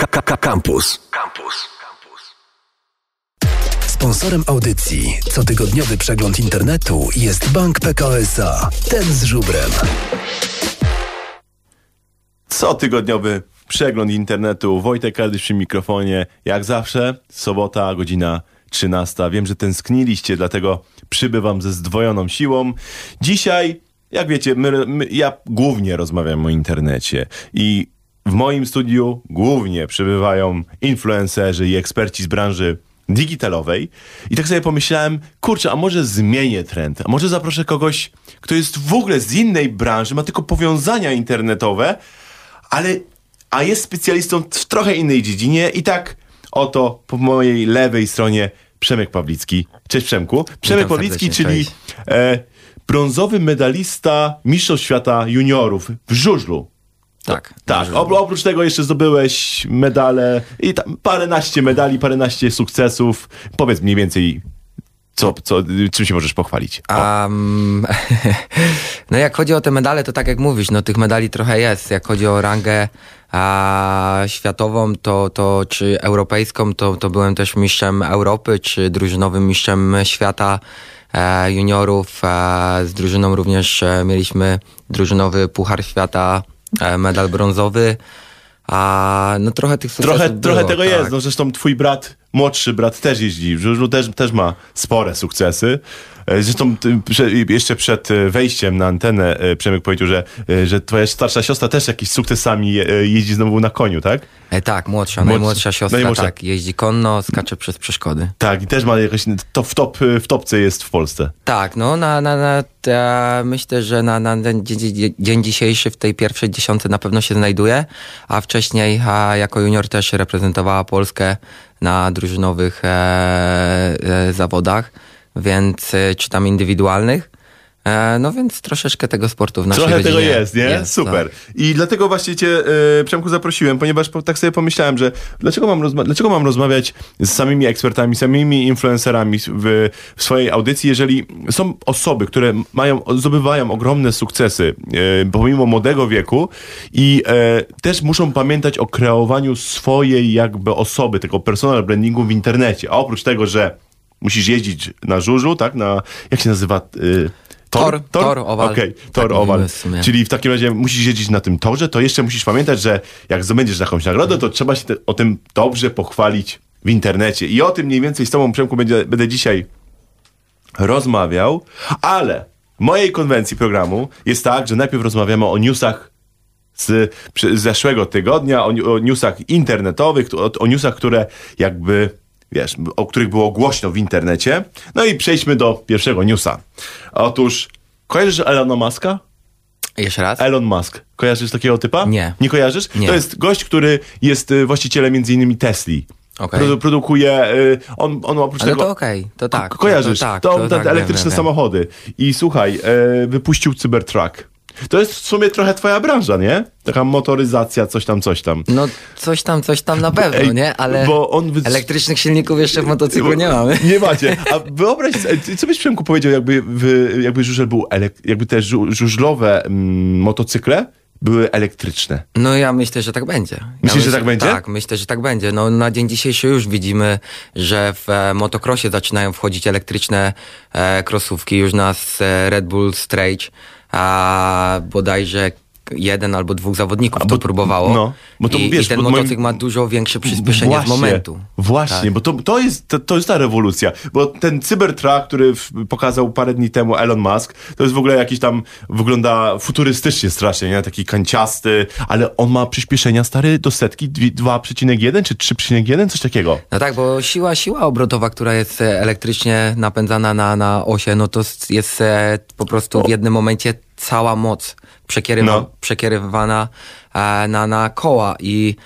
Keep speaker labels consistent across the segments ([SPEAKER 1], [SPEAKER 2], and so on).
[SPEAKER 1] Campus. Sponsorem audycji cotygodniowy przegląd internetu jest Bank Pekao S.A. Ten z żubrem.
[SPEAKER 2] Cotygodniowy przegląd internetu. Wojtek Kardysz przy mikrofonie. Jak zawsze, sobota, godzina 13. Wiem, że tęskniliście, dlatego przybywam ze zdwojoną siłą. Dzisiaj, jak wiecie, ja głównie rozmawiam o internecie i w moim studiu głównie przybywają influencerzy i eksperci z branży digitalowej. I tak sobie pomyślałem, kurczę, a może zmienię trend? A może zaproszę kogoś, kto jest w ogóle z innej branży, ma tylko powiązania internetowe, a jest specjalistą w trochę innej dziedzinie. I tak oto po mojej lewej stronie Przemek Pawlicki. Cześć Przemku. Przemek Pawlicki, czyli brązowy medalista Mistrzostw Świata Juniorów w żużlu.
[SPEAKER 3] Tak.
[SPEAKER 2] Oprócz tego jeszcze zdobyłeś medale i paręnaście medali, paręnaście sukcesów. Powiedz mniej więcej, czym się możesz pochwalić?
[SPEAKER 3] No jak chodzi o te medale, to tak jak mówisz, no tych medali trochę jest. Jak chodzi o rangę światową, to czy europejską, to byłem też mistrzem Europy, czy drużynowym mistrzem świata juniorów. Z drużyną również mieliśmy drużynowy Puchar Świata, medal brązowy. No trochę tych sukcesów
[SPEAKER 2] Trochę tego
[SPEAKER 3] tak.
[SPEAKER 2] jest. No zresztą twój młodszy brat też jeździ w żużlu, też ma spore sukcesy. Zresztą jeszcze przed wejściem na antenę Przemek powiedział, że twoja starsza siostra też jakimiś sukcesami jeździ znowu na koniu, tak?
[SPEAKER 3] Tak, najmłodsza siostra, tak, jeździ konno, skacze przez przeszkody. Tak,
[SPEAKER 2] i też ma jakoś w topce jest w Polsce.
[SPEAKER 3] Tak, no myślę, że na dzień dzisiejszy w tej pierwszej dziesiątce na pewno się znajduje, a wcześniej jako junior też reprezentowała Polskę na drużynowych zawodach, więc czy tam indywidualnych. No więc troszeczkę tego sportu w naszej rodzinie
[SPEAKER 2] tego jest, nie?
[SPEAKER 3] Jest,
[SPEAKER 2] super. Tak. I dlatego właśnie cię, Przemku, zaprosiłem, ponieważ tak sobie pomyślałem, że dlaczego mam rozmawiać z samymi ekspertami, samymi influencerami w swojej audycji, jeżeli są osoby, które zdobywają ogromne sukcesy pomimo młodego wieku i też muszą pamiętać o kreowaniu swojej jakby osoby, tego personal brandingu w internecie. A oprócz tego, że musisz jeździć na żużlu, tak? Jak się nazywa?
[SPEAKER 3] Tor Owal.
[SPEAKER 2] Okej, Tor Owal. Czyli w takim razie musisz jeździć na tym torze, to jeszcze musisz pamiętać, że jak zdobędziesz jakąś nagrodę, to trzeba się o tym dobrze pochwalić w internecie. I o tym mniej więcej z tobą, Przemku, będę dzisiaj rozmawiał, ale w mojej konwencji programu jest tak, że najpierw rozmawiamy o newsach z zeszłego tygodnia, o newsach internetowych, o newsach, które jakby o których było głośno w internecie. No i przejdźmy do pierwszego newsa. Otóż, kojarzysz Elona Muska?
[SPEAKER 3] Jeszcze raz?
[SPEAKER 2] Elon Musk. Kojarzysz takiego typa?
[SPEAKER 3] Nie.
[SPEAKER 2] Nie kojarzysz?
[SPEAKER 3] Nie.
[SPEAKER 2] To jest gość, który jest właścicielem między innymi Tesli.
[SPEAKER 3] Okay.
[SPEAKER 2] Produkuje, on oprócz
[SPEAKER 3] ale
[SPEAKER 2] tego...
[SPEAKER 3] to okej, to tak.
[SPEAKER 2] Kojarzysz?
[SPEAKER 3] To
[SPEAKER 2] te elektryczne
[SPEAKER 3] wiem.
[SPEAKER 2] samochody. I słuchaj, wypuścił Cybertruck. To jest w sumie trochę twoja branża, nie? Taka motoryzacja, coś tam.
[SPEAKER 3] No coś tam na pewno, nie? Ale elektrycznych silników jeszcze w motocyklu nie mamy.
[SPEAKER 2] Nie macie. A wyobraź, co byś, Przemku, powiedział, jakby żużel był, jakby te żużlowe motocykle były elektryczne?
[SPEAKER 3] No ja myślę, że tak będzie.
[SPEAKER 2] Myślisz, że tak będzie?
[SPEAKER 3] Tak, myślę, że tak będzie. No na dzień dzisiejszy już widzimy, że w motocrossie zaczynają wchodzić elektryczne crossówki. Już nas Red Bull Strage, a bodajże 1 albo 2 zawodników to próbowało.
[SPEAKER 2] No, bo to,
[SPEAKER 3] I ten motocykl ma dużo większe przyspieszenie z momentu.
[SPEAKER 2] Właśnie, tak. Bo to jest ta rewolucja. Bo ten Cybertruck, który pokazał parę dni temu Elon Musk, to jest w ogóle jakiś tam, wygląda futurystycznie strasznie, nie? Taki kanciasty, ale on ma przyspieszenia, stary, do setki 2,1 czy 3,1, coś takiego.
[SPEAKER 3] No tak, bo siła obrotowa, która jest elektrycznie napędzana na osie, no to jest po prostu w jednym momencie cała moc przekierywana na koła i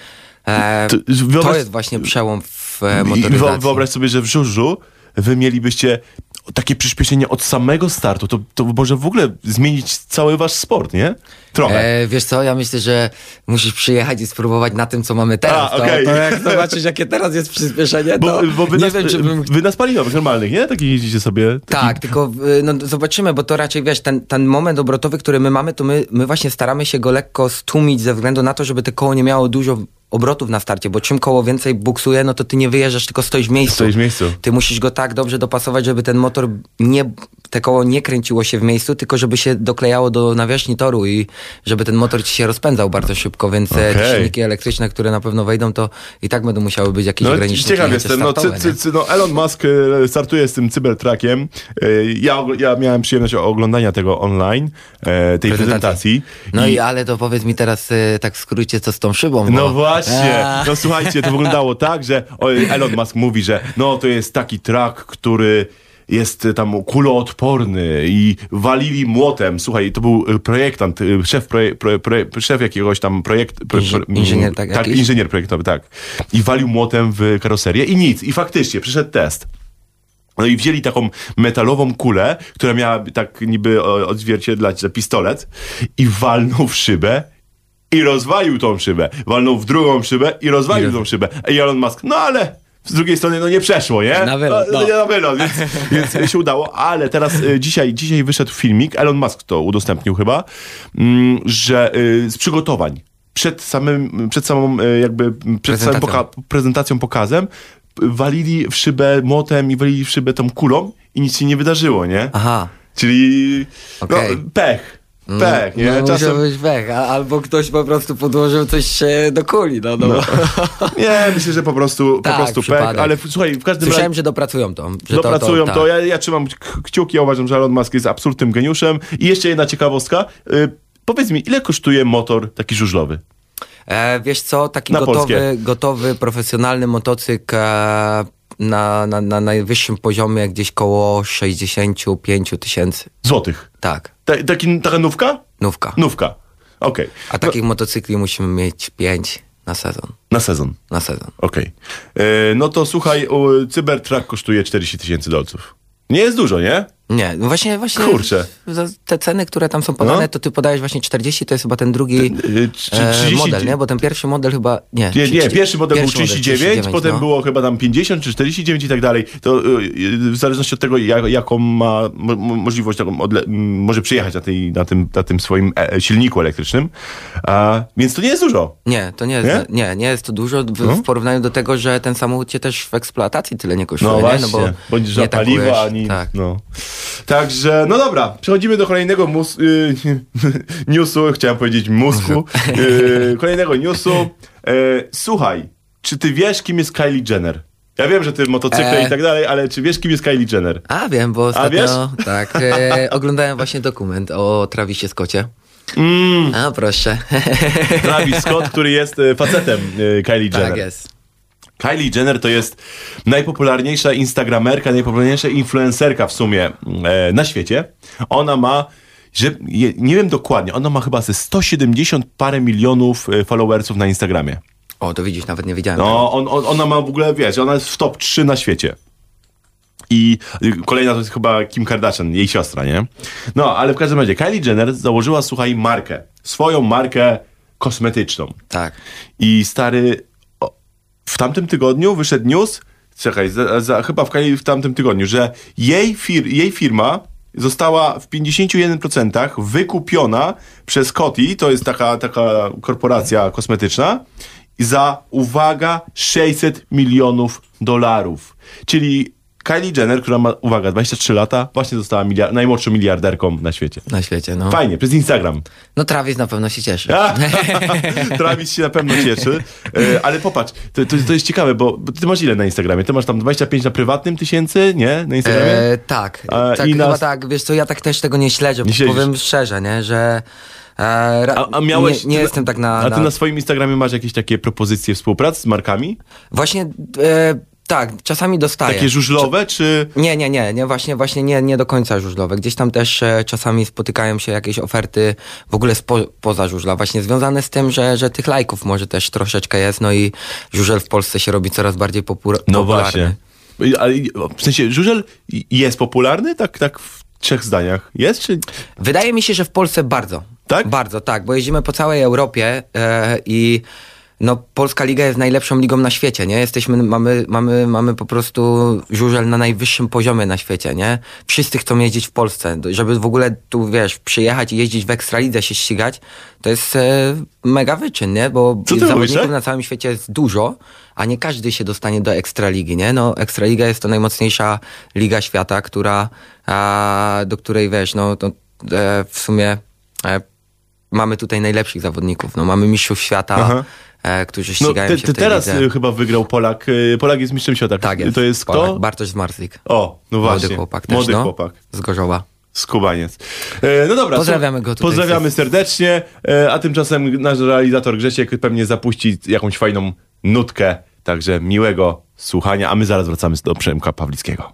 [SPEAKER 3] to jest właśnie przełom w motoryzacji.
[SPEAKER 2] Wyobraź sobie, że w żużlu wy mielibyście takie przyspieszenie od samego startu, to może w ogóle zmienić cały wasz sport, nie? Trochę.
[SPEAKER 3] Wiesz co, ja myślę, że musisz przyjechać i spróbować na tym, co mamy teraz.
[SPEAKER 2] Okay.
[SPEAKER 3] To jak zobaczysz, jakie teraz jest przyspieszenie, to
[SPEAKER 2] bo wy
[SPEAKER 3] nie wiem, czy bym...
[SPEAKER 2] Wy na spalinowych normalnych, nie? Taki jeździcie sobie.
[SPEAKER 3] Tak, tylko zobaczymy, bo to raczej, wiesz, ten moment obrotowy, który my mamy, to my właśnie staramy się go lekko stłumić ze względu na to, żeby te koło nie miało dużo obrotów na starcie, bo czym koło więcej buksuje, no to ty nie wyjeżdżasz, tylko stoisz w miejscu. Ty musisz go tak dobrze dopasować, żeby ten motor te koło nie kręciło się w miejscu, tylko żeby się doklejało do nawierzchni toru i żeby ten motor ci się rozpędzał bardzo szybko, więc te silniki elektryczne, które na pewno wejdą, to i tak będą musiały być jakieś ograniczenia.
[SPEAKER 2] Ciekaw jestem, Elon Musk startuje z tym Cybertruckiem. Ja miałem przyjemność oglądania tego online, tej prezentacji.
[SPEAKER 3] No ale to powiedz mi teraz tak w skrócie, co z tą szybą. Bo...
[SPEAKER 2] No właśnie, no słuchajcie, to wyglądało tak, że Elon Musk mówi, że to jest taki truck, który jest tam kuloodporny i walili młotem. Słuchaj, to był projektant, szef jakiegoś tam
[SPEAKER 3] inżynier, tak?
[SPEAKER 2] Tak, inżynier projektowy, tak. I walił młotem w karoserię i nic. I faktycznie przyszedł test. No i wzięli taką metalową kulę, która miała tak niby odzwierciedlać za pistolet i walnął w szybę i rozwalił tą szybę. Walnął w drugą szybę i rozwalił tą szybę. I Elon Musk, ale z drugiej strony nie przeszło, nie?
[SPEAKER 3] Na wylot,
[SPEAKER 2] na wylot, więc się udało. Ale teraz dzisiaj wyszedł filmik, Elon Musk to udostępnił chyba, że z przygotowań przed samą prezentacją, pokazem, walili w szybę młotem i walili w szybę tą kulą i nic się nie wydarzyło, nie?
[SPEAKER 3] Aha.
[SPEAKER 2] Czyli pech. Pech, nie?
[SPEAKER 3] No, musiał być pech, albo ktoś po prostu podłożył coś do kuli.
[SPEAKER 2] Nie, myślę, że po prostu pech, ale słuchaj, w każdym razie...
[SPEAKER 3] Słyszałem, że dopracują to.
[SPEAKER 2] Ja trzymam kciuki, ja uważam, że Elon Musk jest absolutnym geniuszem. I jeszcze jedna ciekawostka. Powiedz mi, ile kosztuje motor taki żużlowy?
[SPEAKER 3] Wiesz co, taki gotowy, profesjonalny motocykl na najwyższym poziomie gdzieś koło 65 000
[SPEAKER 2] złotych.
[SPEAKER 3] Tak.
[SPEAKER 2] Taka nówka?
[SPEAKER 3] Nówka.
[SPEAKER 2] Okej.
[SPEAKER 3] A takich motocykli musimy mieć 5 na sezon. Na sezon.
[SPEAKER 2] Okej. No to słuchaj, Cybertruck kosztuje $40,000. Nie jest dużo, nie?
[SPEAKER 3] Nie, właśnie
[SPEAKER 2] kurczę.
[SPEAKER 3] Za te ceny, które tam są podane, to ty podajesz właśnie 40, to jest chyba ten drugi
[SPEAKER 2] 30...
[SPEAKER 3] model, nie? Bo ten pierwszy model chyba... Nie,
[SPEAKER 2] pierwszy model był 39, potem było chyba tam 50 czy 49 i tak dalej. To w zależności od tego, jaką ma możliwość, może przyjechać na tym swoim silniku elektrycznym. Więc to nie jest dużo.
[SPEAKER 3] Nie, to nie jest to dużo w porównaniu do tego, że ten samochód cię też w eksploatacji tyle nie kosztuje.
[SPEAKER 2] No właśnie,
[SPEAKER 3] nie? No bo
[SPEAKER 2] nie za paliwa, ani...
[SPEAKER 3] Tak.
[SPEAKER 2] Także, no dobra, przechodzimy do kolejnego newsu, chciałem powiedzieć mózgu, kolejnego newsu. Słuchaj, czy ty wiesz, kim jest Kylie Jenner? Ja wiem, że ty motocykle i tak dalej, ale czy wiesz, kim jest Kylie Jenner?
[SPEAKER 3] Wiem, bo ostatnio oglądałem właśnie dokument o Travisie Scotcie. Proszę.
[SPEAKER 2] Travis Scott, który jest facetem Kylie Jenner.
[SPEAKER 3] Tak jest.
[SPEAKER 2] Kylie Jenner to jest najpopularniejsza instagramerka, najpopularniejsza influencerka w sumie na świecie. Ona ma, nie wiem dokładnie, ona ma chyba ze 170 parę milionów followersów na Instagramie.
[SPEAKER 3] O, to widzisz, nawet nie wiedziałem.
[SPEAKER 2] No, ona ma w ogóle, wiesz, ona jest w top 3 na świecie. I kolejna to jest chyba Kim Kardashian, jej siostra, nie? No, ale w każdym razie Kylie Jenner założyła, słuchaj, swoją markę kosmetyczną.
[SPEAKER 3] Tak.
[SPEAKER 2] I stary... W tamtym tygodniu wyszedł news, chyba w tamtym tygodniu, że jej firma została w 51% wykupiona przez Coty, to jest taka korporacja kosmetyczna, za, uwaga, $600 milionów. Czyli Kylie Jenner, która ma, uwaga, 23 lata, właśnie została najmłodszą miliarderką na świecie.
[SPEAKER 3] No.
[SPEAKER 2] Fajnie, przez Instagram.
[SPEAKER 3] No Travis na pewno się cieszy.
[SPEAKER 2] Travis się na pewno cieszy. Ale popatrz, to jest ciekawe, bo ty masz ile na Instagramie? Ty masz tam 25 na prywatnym tysięcy, nie? Na Instagramie?
[SPEAKER 3] Tak, chyba tak. Wiesz co, ja tak też tego nie śledzę, powiem szczerze, nie? Że...
[SPEAKER 2] miałeś,
[SPEAKER 3] nie jestem tak na...
[SPEAKER 2] A ty na swoim Instagramie masz jakieś takie propozycje współpracy z markami?
[SPEAKER 3] Właśnie... Tak, czasami dostaję.
[SPEAKER 2] Takie żużlowe, czy...
[SPEAKER 3] Nie, właśnie nie do końca żużlowe. Gdzieś tam też czasami spotykają się jakieś oferty w ogóle poza żużla, właśnie związane z tym, że tych lajków może też troszeczkę jest, no i żużel w Polsce się robi coraz bardziej popularny.
[SPEAKER 2] No właśnie. Ale w sensie żużel jest popularny? Tak w 3 zdaniach. Jest, czy...
[SPEAKER 3] Wydaje mi się, że w Polsce bardzo.
[SPEAKER 2] Tak?
[SPEAKER 3] Bardzo, tak, bo jeździmy po całej Europie i No, polska liga jest najlepszą ligą na świecie, nie? Mamy po prostu żużel na najwyższym poziomie na świecie, nie? Wszyscy chcą jeździć w Polsce. Żeby w ogóle tu, wiesz, przyjechać i jeździć w Ekstralidze, się ścigać, to jest mega wyczyn, nie? Bo zawodników na całym świecie jest dużo, a nie każdy się dostanie do Ekstraligi, nie? No, Ekstraliga jest to najmocniejsza liga świata, do której, wiesz, no, to w sumie mamy tutaj najlepszych zawodników. No, mamy mistrzów świata, którzy ścigają się w tej
[SPEAKER 2] teraz
[SPEAKER 3] lidze.
[SPEAKER 2] chyba wygrał Polak. Polak jest mistrzem świata.
[SPEAKER 3] Tak jest.
[SPEAKER 2] To jest
[SPEAKER 3] Polak,
[SPEAKER 2] kto?
[SPEAKER 3] Bartosz Zmarzlik.
[SPEAKER 2] O, no właśnie.
[SPEAKER 3] Młody chłopak też,
[SPEAKER 2] Młody chłopak.
[SPEAKER 3] Z Gorzowa.
[SPEAKER 2] Skubaniec. No dobra.
[SPEAKER 3] Pozdrawiamy go tutaj.
[SPEAKER 2] Pozdrawiamy serdecznie, a tymczasem nasz realizator Grzesiek pewnie zapuści jakąś fajną nutkę, także miłego słuchania, a my zaraz wracamy do Przemka Pawlickiego.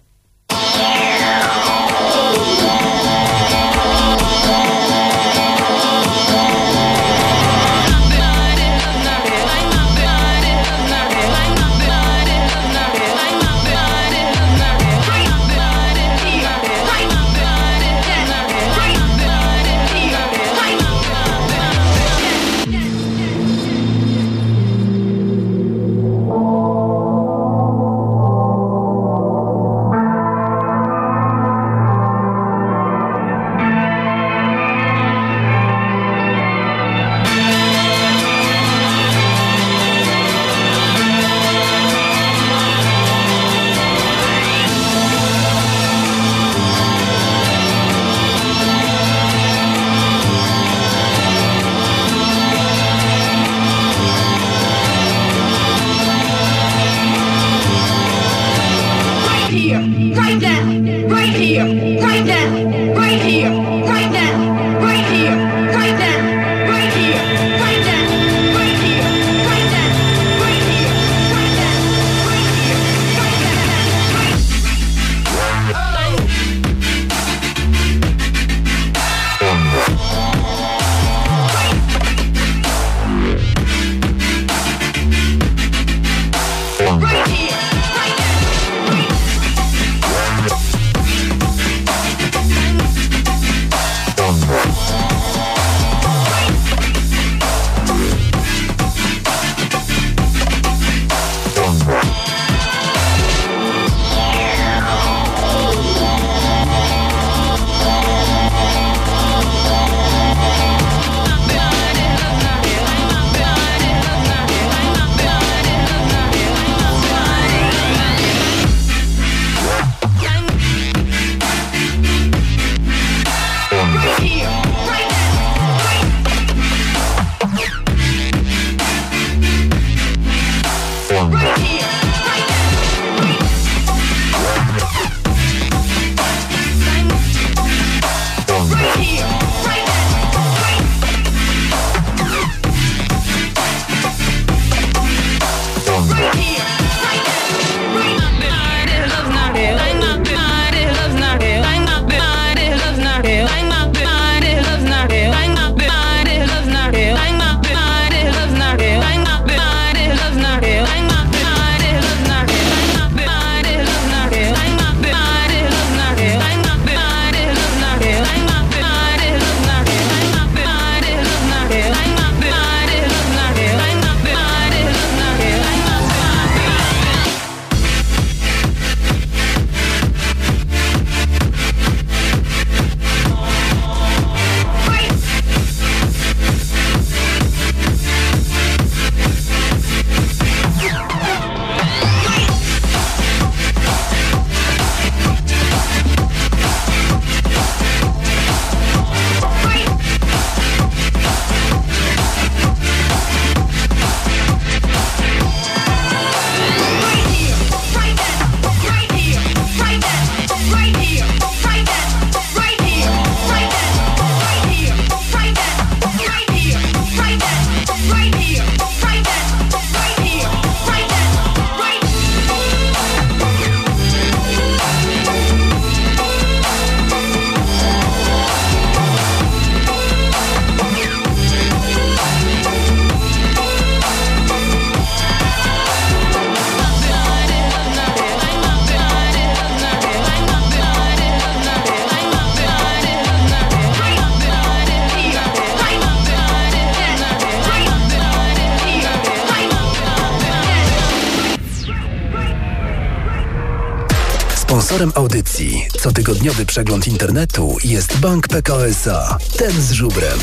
[SPEAKER 1] Sponsorem audycji cotygodniowy przegląd internetu jest Bank Pekao S.A. Ten z żubrem.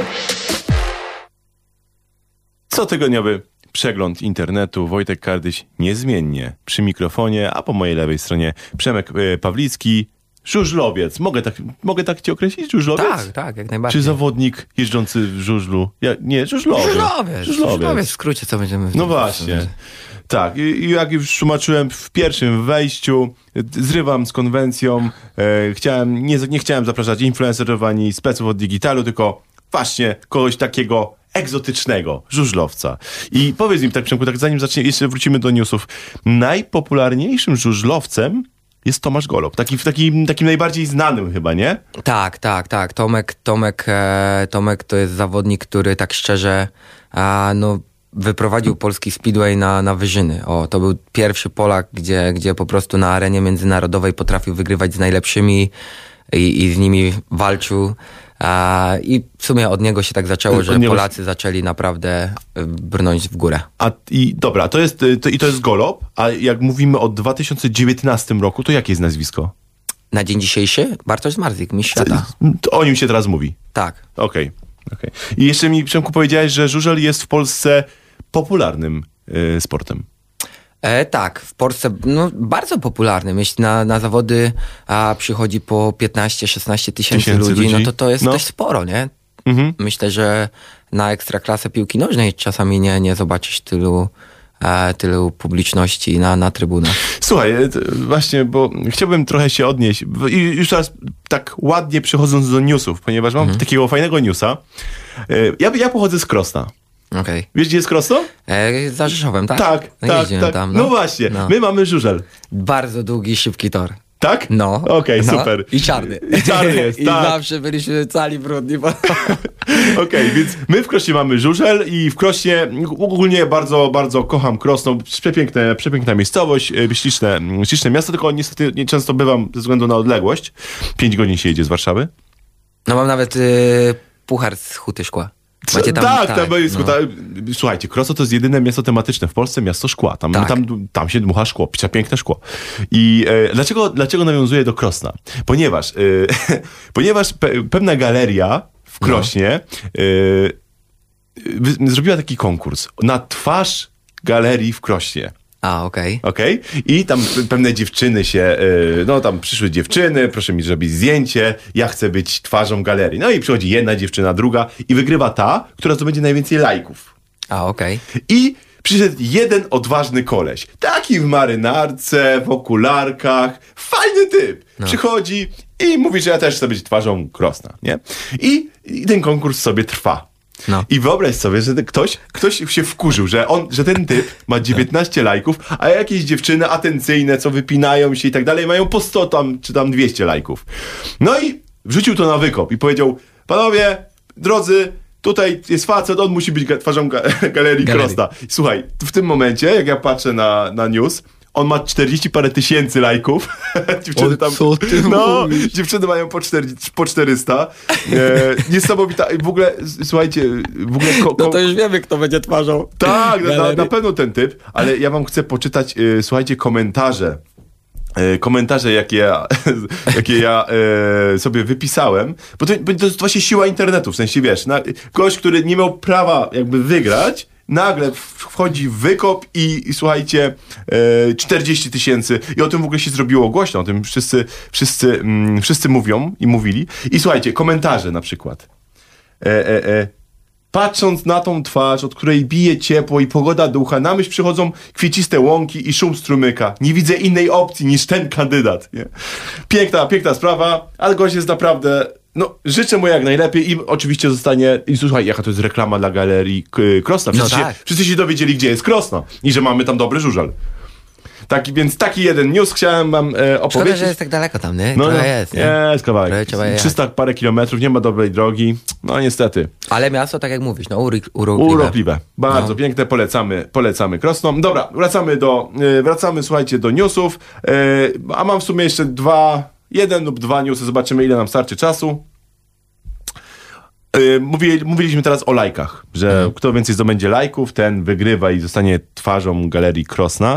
[SPEAKER 2] Cotygodniowy przegląd internetu. Wojtek Kardyś niezmiennie przy mikrofonie, a po mojej lewej stronie Przemek Pawlicki, żużlowiec. Mogę tak cię określić? Żużlowiec?
[SPEAKER 3] Tak, jak najbardziej.
[SPEAKER 2] Czy zawodnik jeżdżący w żużlu? Nie, żużlowiec.
[SPEAKER 3] Żużlowiec, w skrócie, co będziemy...
[SPEAKER 2] No właśnie. Tak, i jak już tłumaczyłem w pierwszym wejściu, zrywam z konwencją, nie chciałem zapraszać influencerów ani speców od digitalu, tylko właśnie kogoś takiego egzotycznego, żużlowca. I powiedz mi tak, Przemku, tak zanim jeszcze wrócimy do newsów, najpopularniejszym żużlowcem jest Tomasz Golob. Takim najbardziej znanym chyba, nie?
[SPEAKER 3] Tak. Tomek to jest zawodnik, który tak szczerze wyprowadził polski speedway na wyżyny. To był pierwszy Polak, gdzie po prostu na arenie międzynarodowej potrafił wygrywać z najlepszymi i z nimi walczył. I w sumie od niego się tak zaczęło, że Polacy zaczęli naprawdę brnąć w górę.
[SPEAKER 2] Dobra, to jest Golob, a jak mówimy o 2019 roku, to jakie jest nazwisko?
[SPEAKER 3] Na dzień dzisiejszy Bartosz Zmarzik, mistrz świata.
[SPEAKER 2] O nim się teraz mówi?
[SPEAKER 3] Tak.
[SPEAKER 2] Okej. I jeszcze mi, Przemku, powiedziałeś, że żużel jest w Polsce popularnym sportem.
[SPEAKER 3] Tak, w Polsce bardzo popularnym. Jeśli na zawody przychodzi po 15-16 tysięcy ludzi, no to jest dość sporo, nie? Mhm. Myślę, że na ekstraklasę piłki nożnej czasami nie zobaczysz tylu publiczności na trybunach. Słuchaj,
[SPEAKER 2] właśnie, bo chciałbym trochę się odnieść i już teraz tak ładnie przechodząc do newsów, ponieważ mam takiego fajnego newsa. Ja pochodzę z Krosna.
[SPEAKER 3] Okay.
[SPEAKER 2] Wiesz, gdzie jest Krosno?
[SPEAKER 3] Za Rzeszowem, tak?
[SPEAKER 2] Tak.
[SPEAKER 3] Tam,
[SPEAKER 2] no właśnie, my mamy żużel.
[SPEAKER 3] Bardzo długi, szybki tor.
[SPEAKER 2] Tak?
[SPEAKER 3] No.
[SPEAKER 2] Okej, super.
[SPEAKER 3] I czarny.
[SPEAKER 2] Czarny jest,
[SPEAKER 3] I zawsze byliśmy cali brudni.
[SPEAKER 2] Okej, więc my w Krośnie mamy żużel i w Krośnie ogólnie bardzo, bardzo kocham Krosno. Przepiękna miejscowość, śliczne miasto, tylko niestety nie często bywam ze względu na odległość. 5 godzin się jedzie z Warszawy.
[SPEAKER 3] No mam nawet puchar z Huty Szkła.
[SPEAKER 2] Słuchajcie, Krosno to jest jedyne miasto tematyczne w Polsce, miasto szkła. Tam się dmucha szkło, przepiękne szkło. I dlaczego nawiązuję do Krosna? Ponieważ pewna galeria w Krośnie zrobiła taki konkurs na twarz galerii w Krośnie.
[SPEAKER 3] Okej.
[SPEAKER 2] I tam pewne dziewczyny tam przyszły dziewczyny, proszę mi zrobić zdjęcie, ja chcę być twarzą galerii. No i przychodzi jedna dziewczyna, druga i wygrywa ta, która zdobędzie najwięcej lajków. I przyszedł jeden odważny koleś. Taki w marynarce, w okularkach. Fajny typ. Przychodzi i mówi, że ja też chcę być twarzą Krosna, nie? I ten konkurs sobie trwa. I wyobraź sobie, że ktoś się wkurzył, że ten typ ma 19 lajków, a jakieś dziewczyny atencyjne, co wypinają się i tak dalej, mają po 100 czy 200 lajków. No i wrzucił to na wykop i powiedział: panowie, drodzy, tutaj jest facet, on musi być twarzą galerii Krosna. Słuchaj, w tym momencie, jak ja patrzę na news, on ma 40 parę tysięcy lajków. Dziewczyny tam.
[SPEAKER 3] Co ty mówisz?
[SPEAKER 2] Dziewczyny mają po 400. Niesamowita. W ogóle, słuchajcie,
[SPEAKER 3] no to już wiemy, kto będzie twarzą.
[SPEAKER 2] Tak, na pewno ten typ, ale ja wam chcę poczytać, słuchajcie, komentarze, jakie ja sobie wypisałem, bo to jest właśnie siła internetu, w sensie, wiesz, gość, który nie miał prawa jakby wygrać, nagle wchodzi w wykop i słuchajcie, 40 tysięcy i o tym w ogóle się zrobiło głośno, o tym wszyscy mówią i mówili. I słuchajcie, komentarze na przykład. Patrząc na tą twarz, od której bije ciepło i pogoda ducha, na myśl przychodzą kwieciste łąki i szum strumyka. Nie widzę innej opcji niż ten kandydat. Nie? Piękna sprawa, ale gość jest naprawdę... życzę mu jak najlepiej i oczywiście zostanie... I słuchaj, jaka to jest reklama dla galerii Krosna. Wszyscy się dowiedzieli, gdzie jest Krosno i że mamy tam dobry żużel. Więc taki jeden news chciałem wam opowiedzieć.
[SPEAKER 3] Szkoda, że jest tak daleko tam, nie?
[SPEAKER 2] Jest, nie? Jest kawałek. 300 parę kilometrów, nie ma dobrej drogi. No niestety.
[SPEAKER 3] Ale miasto, tak jak mówisz,
[SPEAKER 2] urokliwe. Bardzo piękne, polecamy Krosno. Dobra, wracamy, słuchajcie, do newsów. A mam w sumie jeszcze jeden lub dwa newsy, zobaczymy, ile nam starczy czasu. Mówiliśmy teraz o lajkach, że kto więcej zdobędzie lajków, ten wygrywa i zostanie twarzą galerii Krosna.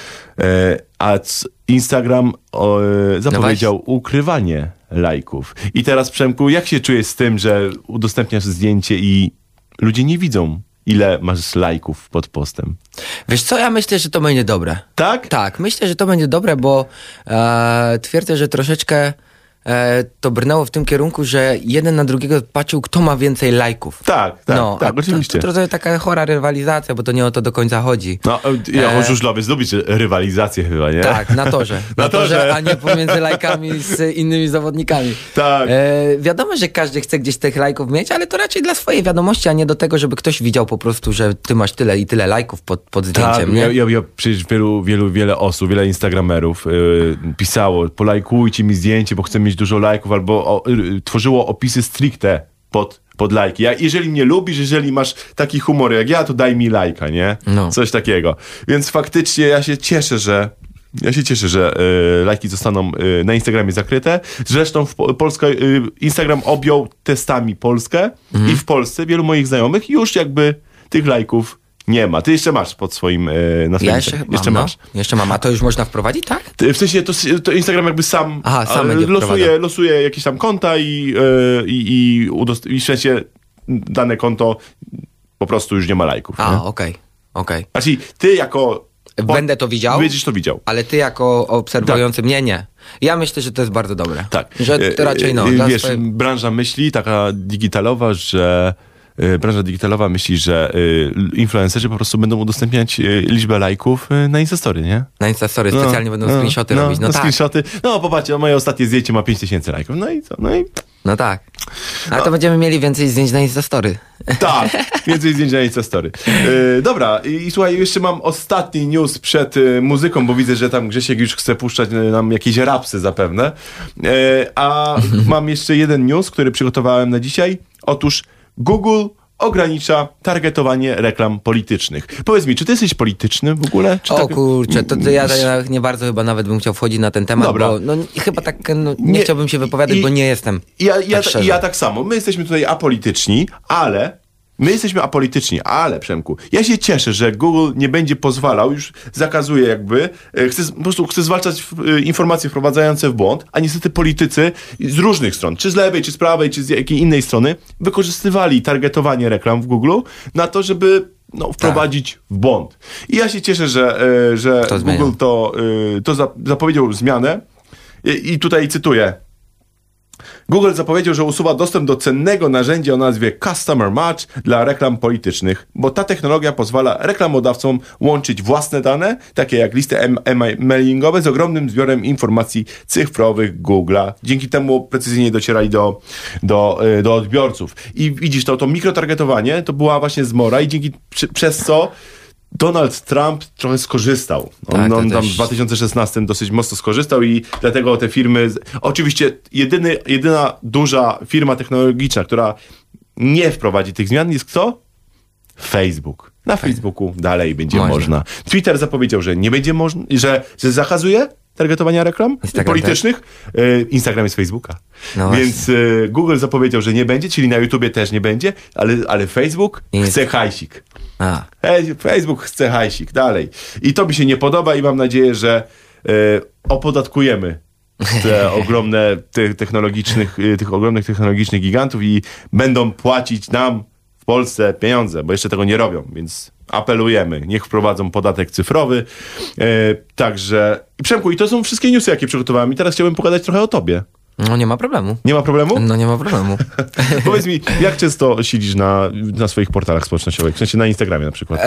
[SPEAKER 2] A Instagram zapowiedział ukrywanie lajków. I teraz, Przemku, jak się czujesz z tym, że udostępniasz zdjęcie i ludzie nie widzą, ile masz lajków pod postem?
[SPEAKER 3] Wiesz co, ja myślę, że to będzie dobre.
[SPEAKER 2] Tak?
[SPEAKER 3] Tak, myślę, że to będzie dobre, bo twierdzę, że troszeczkę to brnęło w tym kierunku, że jeden na drugiego patrzył, kto ma więcej lajków.
[SPEAKER 2] Tak, oczywiście.
[SPEAKER 3] To trochę taka chora rywalizacja, bo to nie o to do końca chodzi.
[SPEAKER 2] No, jako żużlowiec lubisz rywalizację chyba, nie?
[SPEAKER 3] Tak, na torze. Na torze, a nie pomiędzy lajkami z innymi zawodnikami.
[SPEAKER 2] Tak.
[SPEAKER 3] Wiadomo, że każdy chce gdzieś tych lajków mieć, ale to raczej dla swojej wiadomości, a nie do tego, żeby ktoś widział po prostu, że ty masz tyle i tyle lajków pod zdjęciem, nie?
[SPEAKER 2] Ja przecież wiele osób, wiele instagramerów pisało, polajkujcie mi zdjęcie, bo chcę mieć dużo lajków, albo tworzyło opisy stricte pod lajki. Jeżeli mnie lubisz, jeżeli masz taki humor jak ja, to daj mi lajka, nie?
[SPEAKER 3] No.
[SPEAKER 2] Coś takiego. Więc faktycznie ja się cieszę, że lajki zostaną na Instagramie zakryte. Zresztą Instagram objął testami Polskę i w Polsce wielu moich znajomych już jakby tych lajków nie ma. Ty jeszcze masz pod swoim na swoim
[SPEAKER 3] jeszcze masz. Jeszcze mam. A to już można wprowadzić, tak?
[SPEAKER 2] W sensie to Instagram jakby sam losuje jakieś tam konta i w sensie dane konto po prostu już nie ma lajków.
[SPEAKER 3] Okej.
[SPEAKER 2] Znaczy ty jako...
[SPEAKER 3] Będę to widział?
[SPEAKER 2] Będziesz to widział.
[SPEAKER 3] Ale ty jako obserwujący mnie nie. Ja myślę, że to jest bardzo dobre.
[SPEAKER 2] Tak.
[SPEAKER 3] Że to raczej
[SPEAKER 2] wiesz, branża myśli taka digitalowa, że branża digitalowa myśli, że influencerzy po prostu będą udostępniać liczbę lajków na Instastory, nie?
[SPEAKER 3] Na Instastory specjalnie będą screenshoty robić. No tak.
[SPEAKER 2] Screenshoty. No popatrzcie, moje ostatnie zdjęcie ma 5000 lajków. No i co?
[SPEAKER 3] No tak. Ale to będziemy mieli więcej zdjęć na Instastory.
[SPEAKER 2] Tak, więcej zdjęć na Instastory. Dobra, i słuchaj, jeszcze mam ostatni news przed muzyką, bo widzę, że tam Grzesiek już chce puszczać nam jakieś rapsy zapewne. A mam jeszcze jeden news, który przygotowałem na dzisiaj. Otóż Google ogranicza targetowanie reklam politycznych. Powiedz mi, czy ty jesteś polityczny w ogóle? Czy
[SPEAKER 3] kurczę, to ja nie bardzo chyba nawet bym chciał wchodzić na ten temat,
[SPEAKER 2] Dobra.
[SPEAKER 3] bo chyba tak nie chciałbym się wypowiadać, bo nie jestem.
[SPEAKER 2] Ja tak samo. My jesteśmy tutaj apolityczni, ale Przemku, ja się cieszę, że Google nie będzie pozwalał, już zakazuje jakby, po prostu chce zwalczać informacje wprowadzające w błąd, a niestety politycy z różnych stron, czy z lewej, czy z prawej, czy z jakiej innej strony, wykorzystywali targetowanie reklam w Google na to, żeby wprowadzić w błąd. I ja się cieszę, że Google to zapowiedział zmianę i tutaj cytuję. Google zapowiedział, że usuwa dostęp do cennego narzędzia o nazwie Customer Match dla reklam politycznych, bo ta technologia pozwala reklamodawcom łączyć własne dane, takie jak listy mailingowe, z ogromnym zbiorem informacji cyfrowych Google'a. Dzięki temu precyzyjnie docierali do odbiorców. I widzisz, to mikrotargetowanie to była właśnie zmora i przez co Donald Trump trochę skorzystał. On tam w 2016 dosyć mocno skorzystał i dlatego te firmy... Oczywiście jedyna duża firma technologiczna, która nie wprowadzi tych zmian jest kto? Facebook. Na Facebooku dalej będzie można. Twitter zapowiedział, że nie będzie można, że zakazuje targetowania reklam politycznych. Instagram jest Facebooka. Więc Google zapowiedział, że nie będzie, czyli na YouTubie też nie będzie, ale Facebook chce hajsik. Facebook chce hajsik dalej. I to mi się nie podoba i mam nadzieję, że opodatkujemy te ogromne tych ogromnych technologicznych gigantów i będą płacić nam w Polsce pieniądze, bo jeszcze tego nie robią, więc apelujemy, niech wprowadzą podatek cyfrowy. Także, Przemku, i to są wszystkie newsy, jakie przygotowałem i teraz chciałbym pogadać trochę o tobie.
[SPEAKER 3] No nie ma problemu.
[SPEAKER 2] Nie ma problemu?
[SPEAKER 3] No nie ma problemu.
[SPEAKER 2] Powiedz mi, jak często siedzisz na swoich portalach społecznościowych? W sensie na Instagramie na przykład.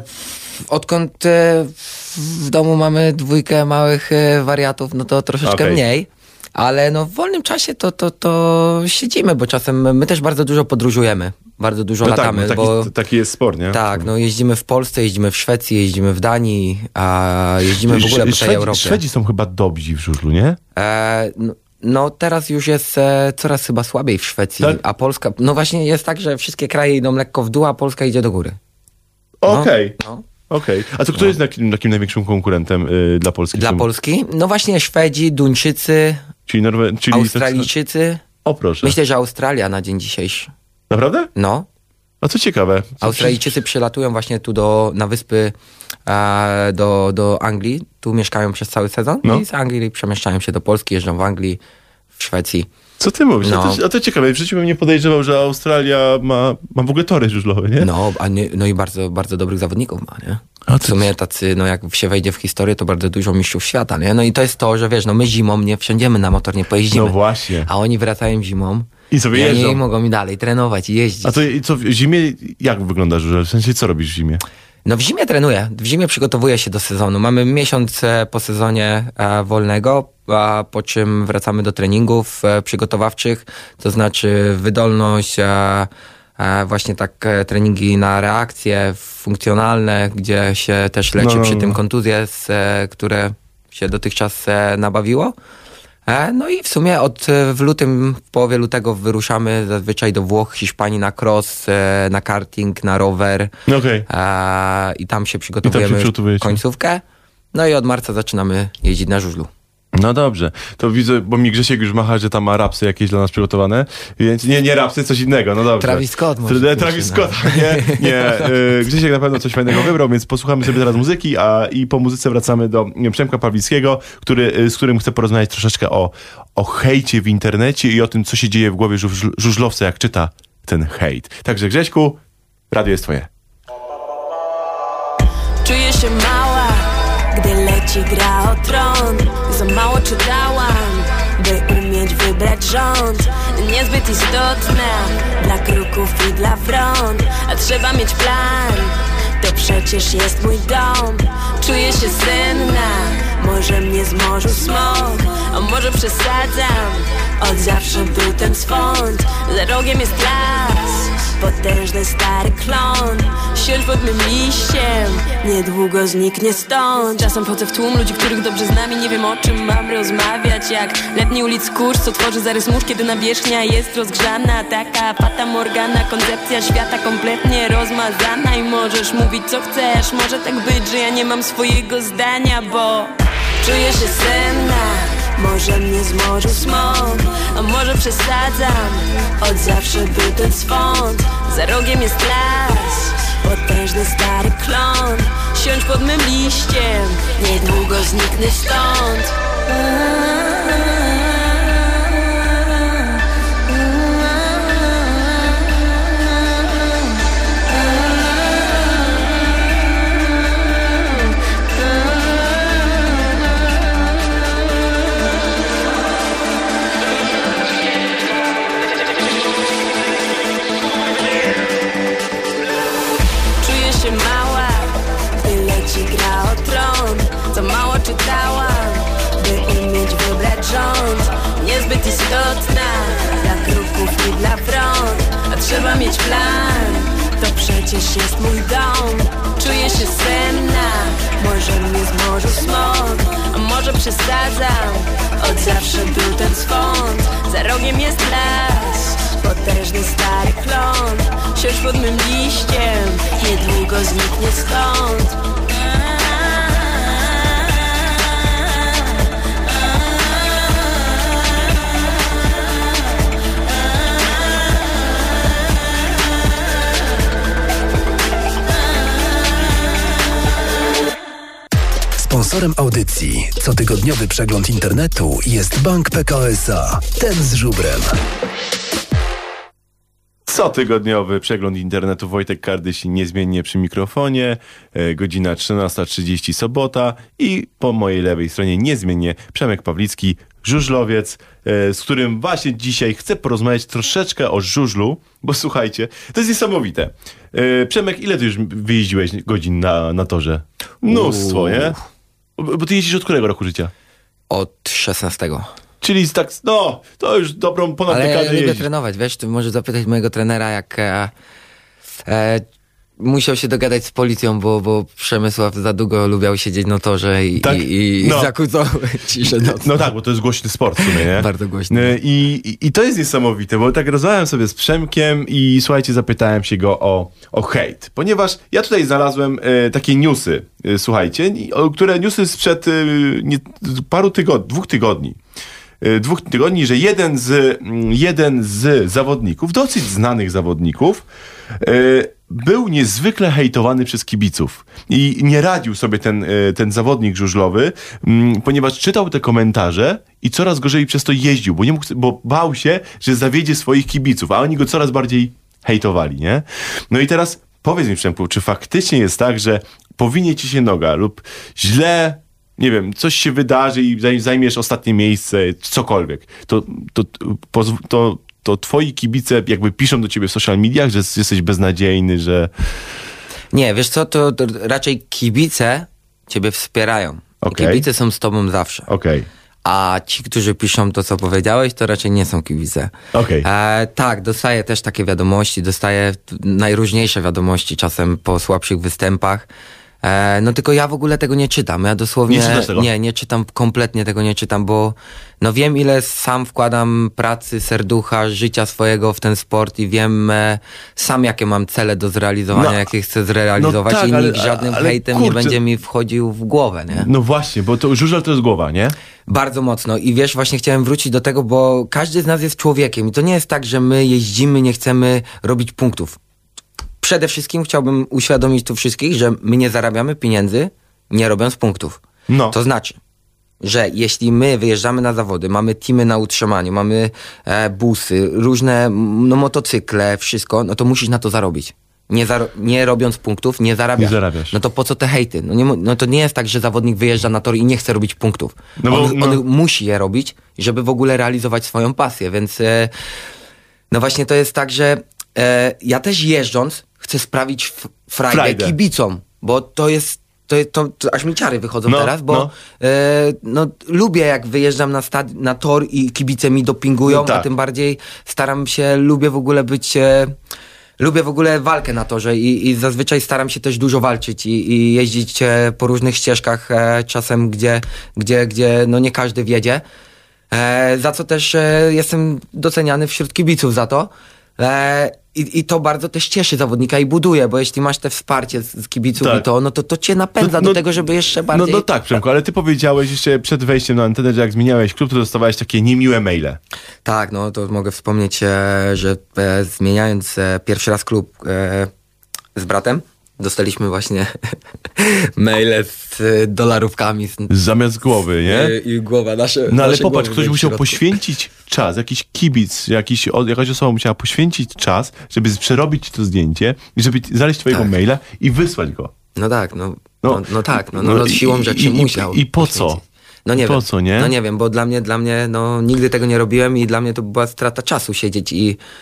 [SPEAKER 3] Odkąd w domu mamy 2 małych wariatów, no to troszeczkę mniej. Ale w wolnym czasie to siedzimy, bo czasem my też bardzo dużo podróżujemy. Bardzo dużo latamy.
[SPEAKER 2] Taki jest sport, nie?
[SPEAKER 3] Tak, jeździmy w Polsce, jeździmy w Szwecji, jeździmy w Danii, a jeździmy w ogóle po tej Europie.
[SPEAKER 2] Szwedzi są chyba dobrzy w żużlu, nie?
[SPEAKER 3] Teraz już jest coraz chyba słabiej w Szwecji, tak? A Polska, właśnie jest tak, że wszystkie kraje idą lekko w dół, a Polska idzie do góry.
[SPEAKER 2] Okej. A to kto jest takim największym konkurentem dla Polski?
[SPEAKER 3] Dla Polski? Właśnie Szwedzi, Duńczycy,
[SPEAKER 2] czyli
[SPEAKER 3] Australijczycy.
[SPEAKER 2] O proszę.
[SPEAKER 3] Myślę, że Australia na dzień dzisiejszy.
[SPEAKER 2] Naprawdę?
[SPEAKER 3] No.
[SPEAKER 2] A co ciekawe.
[SPEAKER 3] Australijczycy przylatują właśnie tu na wyspy, do Anglii. Tu mieszkają przez cały sezon i z Anglii przemieszczają się do Polski, jeżdżą w Anglii, w Szwecji.
[SPEAKER 2] Co ty mówisz?
[SPEAKER 3] No.
[SPEAKER 2] A to ciekawe. W życiu bym nie podejrzewał, że Australia ma w ogóle tory żużlowe, nie?
[SPEAKER 3] No i bardzo, bardzo dobrych zawodników ma, nie? W sumie tacy, jak się wejdzie w historię, to bardzo dużo mistrzów świata, nie? No i to jest to, że wiesz, my zimą nie wsiądziemy na motor, nie pojeździmy.
[SPEAKER 2] No właśnie.
[SPEAKER 3] A oni wracają zimą.
[SPEAKER 2] I sobie jeżdżą.
[SPEAKER 3] I mogą mi dalej trenować i jeździć.
[SPEAKER 2] A to co w zimie, jak wygląda żużel? W sensie, co robisz w zimie?
[SPEAKER 3] No w zimie trenuję. W zimie przygotowuję się do sezonu. Mamy miesiąc po sezonie wolnego, a po czym wracamy do treningów przygotowawczych, to znaczy wydolność, właśnie tak treningi na reakcje funkcjonalne, gdzie się też leczy przy tym kontuzje, które się dotychczas nabawiło. No i w sumie w połowie lutego wyruszamy zazwyczaj do Włoch, Hiszpanii na cross, na karting, na rower.
[SPEAKER 2] Okay.
[SPEAKER 3] I tam się przygotowujemy końcówkę. No i od marca zaczynamy jeździć na żużlu.
[SPEAKER 2] No dobrze, to widzę, bo mi Grzesiek już macha, że tam ma rapsy jakieś dla nas przygotowane, więc nie rapsy, coś innego, no dobrze.
[SPEAKER 3] Travis Scott może.
[SPEAKER 2] Travis Scott, nie. Grzesiek na pewno coś fajnego wybrał, więc posłuchamy sobie teraz muzyki, i po muzyce wracamy do Przemka Pawlickiego, z którym chcę porozmawiać troszeczkę o hejcie w internecie i o tym, co się dzieje w głowie żużlowca, jak czyta ten hejt. Także Grześku, radio jest twoje.
[SPEAKER 4] Czuję się mała, gdy leci gra o tron. Za mało czytałam, by umieć wybrać rząd. Niezbyt istotna dla kruków i dla wron. A trzeba mieć plan, to przecież jest mój dom. Czuję się senna, może mnie zmorzył smog, a może przesadzam. Od zawsze był ten swąd. Za rogiem jest las, potężny stary klon. Siądź pod mym liściem, niedługo zniknie stąd. Czasem wchodzę w tłum ludzi, których dobrze znam i nie wiem, o czym mam rozmawiać. Jak letni ulic kurz, co tworzy zarys mórz, kiedy nawierzchnia jest rozgrzana. Taka fata morgana, koncepcja świata kompletnie rozmazana. I możesz mówić co chcesz, może tak być, że ja nie mam swojego zdania, bo czuję się senna, może mnie zmorzył smog, a może przesadzam. Od zawsze był ten swąd. Za rogiem jest las, potężny stary klon. Siądź pod mym liściem, niedługo zniknę stąd. Czytałam, by umieć wybrać rząd. Niezbyt istotna dla kruków i dla wron. A trzeba mieć plan, to przecież jest mój dom. Czuję się senna, może mnie zmorzył smog, a może przesadzam. Od zawsze był ten swąd. Za rogiem jest las, potężny stary klon. Siądź pod mym liściem, niedługo zniknie stąd.
[SPEAKER 1] Sponsorem audycji cotygodniowy przegląd internetu jest Bank PKO SA. Ten z żubrem.
[SPEAKER 2] Cotygodniowy przegląd internetu. Wojtek Kardyś niezmiennie przy mikrofonie. Godzina 13:30 sobota i po mojej lewej stronie niezmiennie Przemek Pawlicki, żużlowiec, z którym właśnie dzisiaj chcę porozmawiać troszeczkę o żużlu, bo słuchajcie, to jest niesamowite. Przemek, ile ty już wyjeździłeś godzin na torze? Mnóstwo, nie? Bo ty jeździsz od którego roku życia?
[SPEAKER 3] Od 16.
[SPEAKER 2] Czyli tak, to już dobrą ponad dekadę jeździsz.
[SPEAKER 3] Ale ja lubię trenować, wiesz, ty możesz zapytać mojego trenera, jak musiał się dogadać z policją, bo Przemysław za długo lubiał siedzieć na torze i zakłócał ciszę nocną.
[SPEAKER 2] No tak, bo to jest głośny sport w sumie, nie?
[SPEAKER 3] Bardzo głośny.
[SPEAKER 2] I to jest niesamowite, bo tak rozmawiałem sobie z Przemkiem i słuchajcie, zapytałem się go o hejt, ponieważ ja tutaj znalazłem takie newsy, słuchajcie, które newsy sprzed 2 tygodni. 2 tygodni, że jeden z zawodników, dosyć znanych zawodników, był niezwykle hejtowany przez kibiców i nie radził sobie ten zawodnik żużlowy, ponieważ czytał te komentarze i coraz gorzej przez to jeździł, bo bał się, że zawiedzie swoich kibiców, a oni go coraz bardziej hejtowali, nie? No i teraz powiedz mi, Przemku, czy faktycznie jest tak, że powinie ci się noga lub źle, nie wiem, coś się wydarzy i zajmiesz ostatnie miejsce, cokolwiek, to twoi kibice jakby piszą do ciebie w social mediach, że jesteś beznadziejny, że...
[SPEAKER 3] Nie, wiesz co, to raczej kibice ciebie wspierają.
[SPEAKER 2] Okay.
[SPEAKER 3] Kibice są z tobą zawsze.
[SPEAKER 2] Okej.
[SPEAKER 3] A ci, którzy piszą to, co powiedziałeś, to raczej nie są kibice.
[SPEAKER 2] Okej.
[SPEAKER 3] Tak, dostaję też takie wiadomości, dostaję najróżniejsze wiadomości czasem po słabszych występach. No tylko ja w ogóle tego nie czytam. Ja dosłownie
[SPEAKER 2] nie czytasz tego?
[SPEAKER 3] Nie czytam, kompletnie tego nie czytam, bo no wiem, ile sam wkładam pracy, serducha, życia swojego w ten sport i wiem sam, jakie mam cele do zrealizowania, jakie chcę zrealizować,
[SPEAKER 2] tak,
[SPEAKER 3] i nikt żadnym hejtem nie będzie mi wchodził w głowę, nie?
[SPEAKER 2] No właśnie, bo to żużel to jest głowa, nie?
[SPEAKER 3] Bardzo mocno i wiesz, właśnie chciałem wrócić do tego, bo każdy z nas jest człowiekiem i to nie jest tak, że my jeździmy, nie chcemy robić punktów. Przede wszystkim chciałbym uświadomić tu wszystkich, że my nie zarabiamy pieniędzy, nie robiąc punktów.
[SPEAKER 2] No.
[SPEAKER 3] To znaczy, że jeśli my wyjeżdżamy na zawody, mamy teamy na utrzymaniu, mamy busy, różne motocykle, wszystko, no to musisz na to zarobić. Nie robiąc punktów, nie zarabiasz.
[SPEAKER 2] Nie zarabiasz.
[SPEAKER 3] No to po co te hejty? No to nie jest tak, że zawodnik wyjeżdża na tor i nie chce robić punktów. On musi je robić, żeby w ogóle realizować swoją pasję, więc no właśnie to jest tak, że ja też jeżdżąc chcę sprawić frajdę kibicom, bo to jest to aż mi ciary wychodzą teraz, bo lubię, jak wyjeżdżam na tor i kibice mi dopingują, a tym bardziej lubię w ogóle być... Lubię w ogóle walkę na torze i zazwyczaj staram się też dużo walczyć i jeździć po różnych ścieżkach czasem, gdzie no nie każdy wiedzie, za co też jestem doceniany wśród kibiców za to. I to bardzo też cieszy zawodnika i buduje, bo jeśli masz te wsparcie z kibiców i to cię napędza do tego, żeby jeszcze bardziej...
[SPEAKER 2] No tak, Przemku, ale ty powiedziałeś jeszcze przed wejściem na antenę, że jak zmieniałeś klub, to dostawałeś takie niemiłe maile.
[SPEAKER 3] Tak, no to mogę wspomnieć, że zmieniając pierwszy raz klub z bratem, dostaliśmy właśnie maile z dolarówkami.
[SPEAKER 2] Zamiast głowy, nie?
[SPEAKER 3] I głowa, nasze.
[SPEAKER 2] No ale
[SPEAKER 3] nasze
[SPEAKER 2] popatrz, ktoś musiał poświęcić czas, jakiś kibic, jakaś osoba musiała poświęcić czas, żeby przerobić to zdjęcie i żeby znaleźć twojego maila i wysłać go.
[SPEAKER 3] No tak, siłą rzeczy musiał.
[SPEAKER 2] I po co?
[SPEAKER 3] No nie
[SPEAKER 2] po
[SPEAKER 3] wiem.
[SPEAKER 2] Co, nie?
[SPEAKER 3] No nie wiem, bo dla mnie, no nigdy tego nie robiłem i dla mnie to była strata czasu siedzieć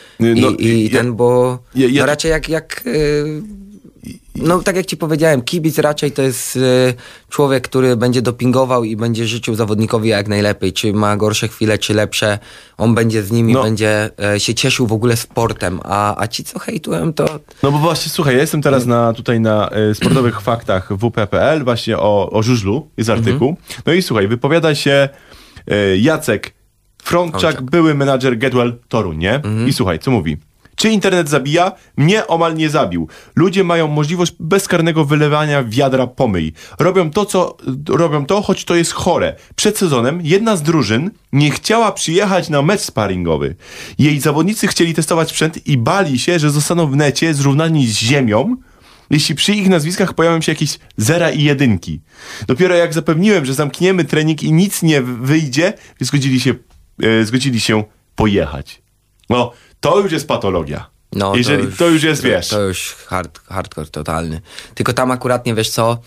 [SPEAKER 3] bo raczej jak no tak jak ci powiedziałem, kibic raczej to jest człowiek, który będzie dopingował i będzie życzył zawodnikowi jak najlepiej. Czy ma gorsze chwile, czy lepsze, on będzie z nimi, będzie się cieszył w ogóle sportem, a ci co hejtują to...
[SPEAKER 2] No bo właśnie, słuchaj, ja jestem teraz na sportowych faktach WP.pl, właśnie o żużlu, jest artykuł. No i słuchaj, wypowiada się Jacek Frączak, były menadżer Getwell Toruń, nie? I słuchaj, co mówi? Czy internet zabija? Mnie omal nie zabił. Ludzie mają możliwość bezkarnego wylewania wiadra pomyj. Robią to, choć to jest chore. Przed sezonem jedna z drużyn nie chciała przyjechać na mecz sparingowy. Jej zawodnicy chcieli testować sprzęt i bali się, że zostaną w necie zrównani z ziemią, jeśli przy ich nazwiskach pojawią się jakieś 0 i 1. Dopiero jak zapewniłem, że zamkniemy trening i nic nie wyjdzie, zgodzili się pojechać. No, to już jest patologia.
[SPEAKER 3] No,
[SPEAKER 2] to już jest, wiesz.
[SPEAKER 3] To już hardcore totalny. Tylko tam akurat nie wiesz co,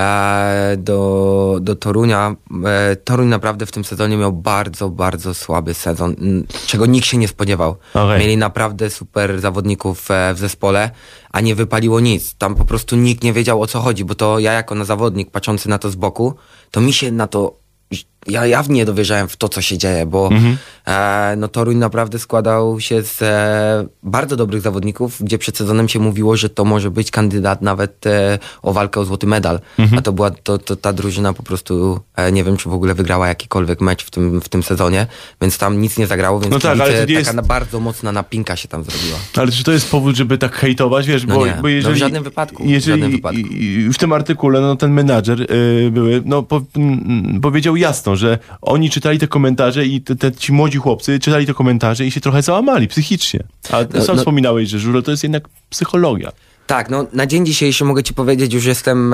[SPEAKER 3] do Torunia. Toruń naprawdę w tym sezonie miał bardzo, bardzo słaby sezon, czego nikt się nie spodziewał. Okay. Mieli naprawdę super zawodników w zespole, a nie wypaliło nic. Tam po prostu nikt nie wiedział, o co chodzi, bo to ja jako zawodnik patrzący na to z boku, to mi się na to... Ja nie dowierzałem w to, co się dzieje, bo Toruń naprawdę składał się z bardzo dobrych zawodników, gdzie przed sezonem się mówiło, że to może być kandydat nawet o walkę o złoty medal. A to była ta drużyna po prostu, nie wiem, czy w ogóle wygrała jakikolwiek mecz w tym sezonie, więc tam nic nie zagrało, więc taka bardzo mocna napinka się tam zrobiła. Ale
[SPEAKER 2] czy to jest powód, żeby tak hejtować? Wiesz,
[SPEAKER 3] bo jeżeli, w żadnym wypadku.
[SPEAKER 2] W tym artykule ten menadżer powiedział jasno, wiosną, że oni czytali te komentarze i ci młodzi chłopcy czytali te komentarze i się trochę załamali psychicznie. A sam wspominałeś, że żużel to jest jednak psychologia.
[SPEAKER 3] Tak, no na dzień dzisiejszy mogę ci powiedzieć, już jestem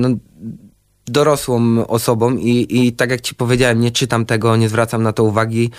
[SPEAKER 3] dorosłą osobą i tak jak ci powiedziałem, nie czytam tego, nie zwracam na to uwagi.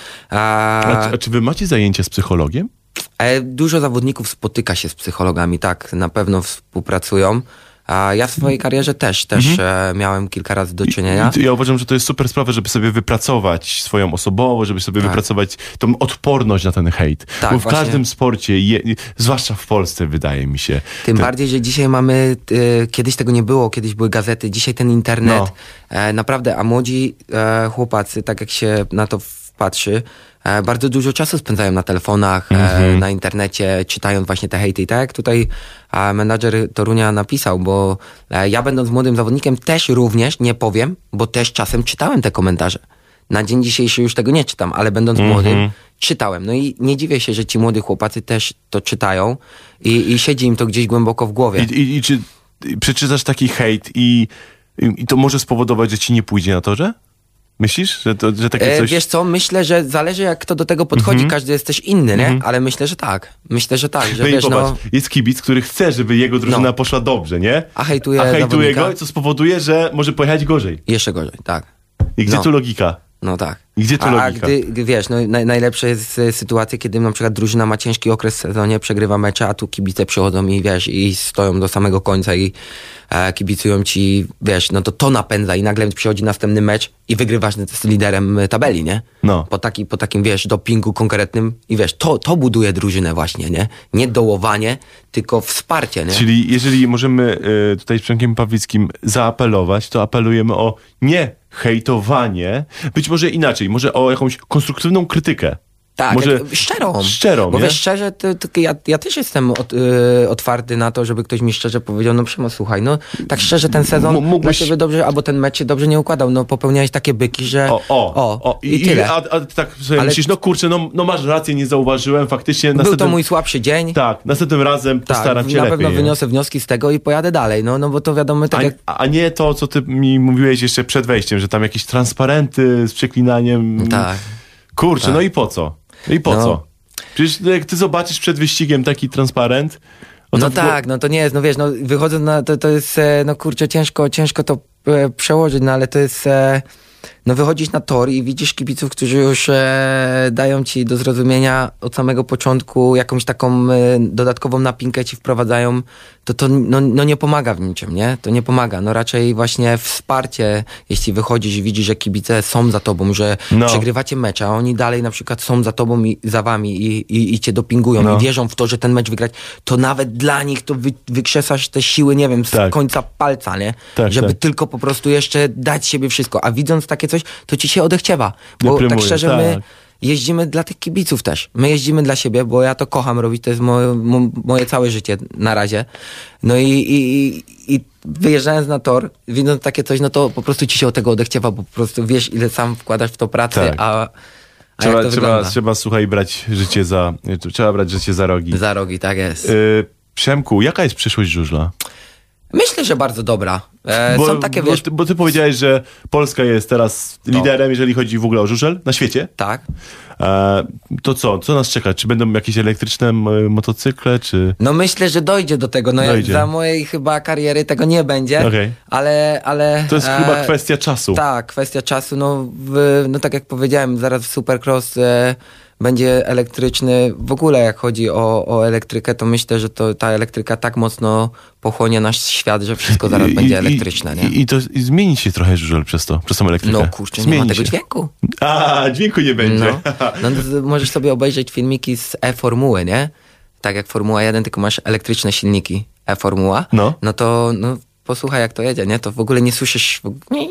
[SPEAKER 2] A czy wy macie zajęcia z psychologiem?
[SPEAKER 3] Dużo zawodników spotyka się z psychologami, tak, na pewno współpracują. A ja w swojej karierze też miałem kilka razy do czynienia.
[SPEAKER 2] Ja uważam, że to jest super sprawa, żeby sobie wypracować swoją osobowość, żeby sobie wypracować tą odporność na ten hejt.
[SPEAKER 3] Tak,
[SPEAKER 2] bo w
[SPEAKER 3] właśnie.
[SPEAKER 2] każdym sporcie, zwłaszcza w Polsce, wydaje mi się.
[SPEAKER 3] Tym bardziej, że dzisiaj mamy, kiedyś tego nie było, kiedyś były gazety, dzisiaj ten internet. Naprawdę, a młodzi chłopacy, tak jak się na to patrzy, bardzo dużo czasu spędzają na telefonach, na internecie, czytając właśnie te hejty. I tak jak tutaj menadżer Torunia napisał, bo ja będąc młodym zawodnikiem też również, nie powiem, bo też czasem czytałem te komentarze. Na dzień dzisiejszy już tego nie czytam, ale będąc młodym, czytałem. No i nie dziwię się, że ci młodzi chłopacy też to czytają i siedzi im to gdzieś głęboko w głowie.
[SPEAKER 2] I czy przeczytasz taki hejt i to może spowodować, że ci nie pójdzie na torze? Myślisz, że takie coś...
[SPEAKER 3] Wiesz co, myślę, że zależy jak kto do tego podchodzi, każdy jest też inny, nie? Ale myślę, że tak. Że
[SPEAKER 2] No
[SPEAKER 3] wiesz,
[SPEAKER 2] i popatrz, jest kibic, który chce, żeby jego drużyna poszła dobrze, nie?
[SPEAKER 3] A hejtuje
[SPEAKER 2] go, co spowoduje, że może pojechać gorzej.
[SPEAKER 3] Jeszcze gorzej, tak.
[SPEAKER 2] I gdzie tu logika?
[SPEAKER 3] No tak.
[SPEAKER 2] I gdzie tu logika?
[SPEAKER 3] A gdy wiesz, no najlepsze jest sytuacja, kiedy na przykład drużyna ma ciężki okres w sezonie, przegrywa mecze, a tu kibice przychodzą i wiesz, i stoją do samego końca i kibicują ci, wiesz, no to napędza i nagle przychodzi następny mecz i wygrywasz z liderem tabeli, nie?
[SPEAKER 2] No.
[SPEAKER 3] Po takim, wiesz, dopingu konkretnym i wiesz, to buduje drużynę właśnie, nie? Nie dołowanie, tylko wsparcie, nie?
[SPEAKER 2] Czyli jeżeli możemy tutaj z Przemkiem Pawlickim zaapelować, to apelujemy o nie hejtowanie, być może inaczej, może o jakąś konstruktywną krytykę.
[SPEAKER 3] Tak,
[SPEAKER 2] może
[SPEAKER 3] szczerą, bo
[SPEAKER 2] nie?
[SPEAKER 3] wiesz, szczerze, ja też jestem otwarty na to, żeby ktoś mi szczerze powiedział, no Przemo, słuchaj, no tak szczerze ten sezon dla ciebie dobrze, albo ten mecz się dobrze nie układał, no popełniałeś takie byki, że i tyle.
[SPEAKER 2] A tak sobie myślisz, no kurczę, no masz rację, nie zauważyłem, faktycznie.
[SPEAKER 3] Był to mój słabszy dzień.
[SPEAKER 2] Tak, następnym razem postaram się
[SPEAKER 3] na
[SPEAKER 2] lepiej.
[SPEAKER 3] pewno wyniosę wnioski z tego i pojadę dalej, no bo to wiadomo, tak
[SPEAKER 2] a nie to, co ty mi mówiłeś jeszcze przed wejściem, że tam jakieś transparenty z przeklinaniem.
[SPEAKER 3] Tak.
[SPEAKER 2] Kurczę,
[SPEAKER 3] tak.
[SPEAKER 2] No i po co? No i po co? Przecież jak ty zobaczysz przed wyścigiem taki transparent...
[SPEAKER 3] No tak, no to nie jest, no wiesz, no wychodząc na to jest, no kurczę, ciężko to przełożyć, no ale to jest... No wychodzisz na tor i widzisz kibiców, którzy już dają ci do zrozumienia od samego początku jakąś taką dodatkową napinkę ci wprowadzają, to nie pomaga w niczym, nie? To nie pomaga. No raczej właśnie wsparcie, jeśli wychodzisz i widzisz, że kibice są za tobą, że przegrywacie mecze, a oni dalej na przykład są za tobą i za wami i cię dopingują i wierzą w to, że ten mecz wygrać, to nawet dla nich to wykrzesasz te siły, nie wiem, z końca palca, nie?
[SPEAKER 2] Tak,
[SPEAKER 3] żeby tylko po prostu jeszcze dać siebie wszystko. A widząc takie coś, to ci się odechciewa. Bo tak szczerze, my jeździmy dla tych kibiców też. My jeździmy dla siebie, bo ja to kocham robić, to jest moje całe życie na razie. No i wyjeżdżając na tor, widząc takie coś, no to po prostu ci się od tego odechciewa, bo po prostu wiesz, ile sam wkładasz w to pracy, a
[SPEAKER 2] trzeba, słuchaj, brać życie za rogi.
[SPEAKER 3] Za rogi, tak jest.
[SPEAKER 2] Przemku, jaka jest przyszłość żużla?
[SPEAKER 3] Myślę, że bardzo dobra. Są takie, wiesz...
[SPEAKER 2] Bo ty powiedziałeś, że Polska jest teraz liderem, jeżeli chodzi w ogóle o żużel na świecie.
[SPEAKER 3] Tak.
[SPEAKER 2] To co? Co nas czeka? Czy będą jakieś elektryczne motocykle, czy...
[SPEAKER 3] No myślę, że dojdzie do tego. No za mojej chyba kariery tego nie będzie.
[SPEAKER 2] Okay.
[SPEAKER 3] Ale...
[SPEAKER 2] To jest chyba kwestia czasu.
[SPEAKER 3] Tak, kwestia czasu. No tak jak powiedziałem, zaraz w Supercross będzie elektryczny. W ogóle jak chodzi o elektrykę, to myślę, że ta elektryka tak mocno pochłonie nasz świat, że wszystko zaraz będzie elektryczne, nie?
[SPEAKER 2] I zmieni się trochę żużel przez tą elektrykę.
[SPEAKER 3] No kurczę, nie ma tego dźwięku.
[SPEAKER 2] Dźwięku nie będzie.
[SPEAKER 3] No możesz sobie obejrzeć filmiki z E-Formuły, nie? Tak jak Formuła 1, tylko masz elektryczne silniki E-Formuła. No to posłuchaj jak to jedzie, nie? To w ogóle nie słyszysz...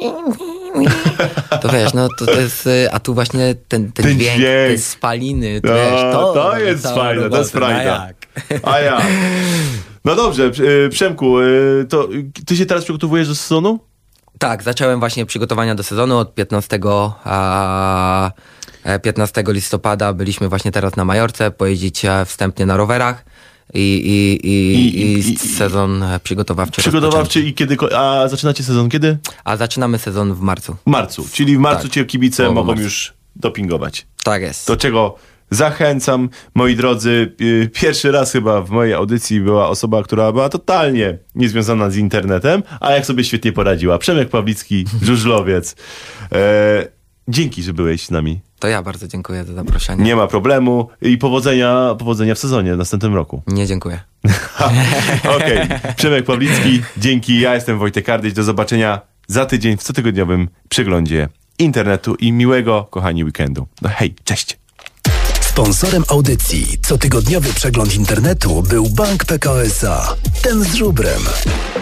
[SPEAKER 3] To wiesz, no to jest... A tu właśnie ten dźwięk, te spaliny, to wiesz,
[SPEAKER 2] to jest fajne, to jest frajda. A ja. No dobrze, Przemku, to ty się teraz przygotowujesz do sezonu?
[SPEAKER 3] Tak, zacząłem właśnie przygotowania do sezonu od 15 listopada. Byliśmy właśnie teraz na Majorce, pojeździć wstępnie na rowerach. i sezon przygotowawczy.
[SPEAKER 2] Przygotowawczy i a zaczynacie sezon kiedy?
[SPEAKER 3] A zaczynamy sezon w marcu.
[SPEAKER 2] W marcu, czyli w marcu
[SPEAKER 3] Tak.
[SPEAKER 2] cię kibice mogą
[SPEAKER 3] marcu.
[SPEAKER 2] już dopingować.
[SPEAKER 3] Tak jest.
[SPEAKER 2] Do czego zachęcam, moi drodzy. Pierwszy raz chyba w mojej audycji była osoba, która była totalnie niezwiązana z internetem, a jak sobie świetnie poradziła. Przemek Pawlicki, żużlowiec. Dzięki, że byłeś z nami.
[SPEAKER 3] To ja bardzo dziękuję za zaproszenie.
[SPEAKER 2] Nie ma problemu i powodzenia w sezonie w następnym roku.
[SPEAKER 3] Nie dziękuję.
[SPEAKER 2] Okej. Przemek Pawlicki, dzięki. Ja jestem Wojtek Kardyś. Do zobaczenia za tydzień w cotygodniowym przeglądzie internetu i miłego, kochani, weekendu. No hej, cześć.
[SPEAKER 1] Sponsorem audycji cotygodniowy przegląd internetu był Bank PKO SA. Ten z żubrem.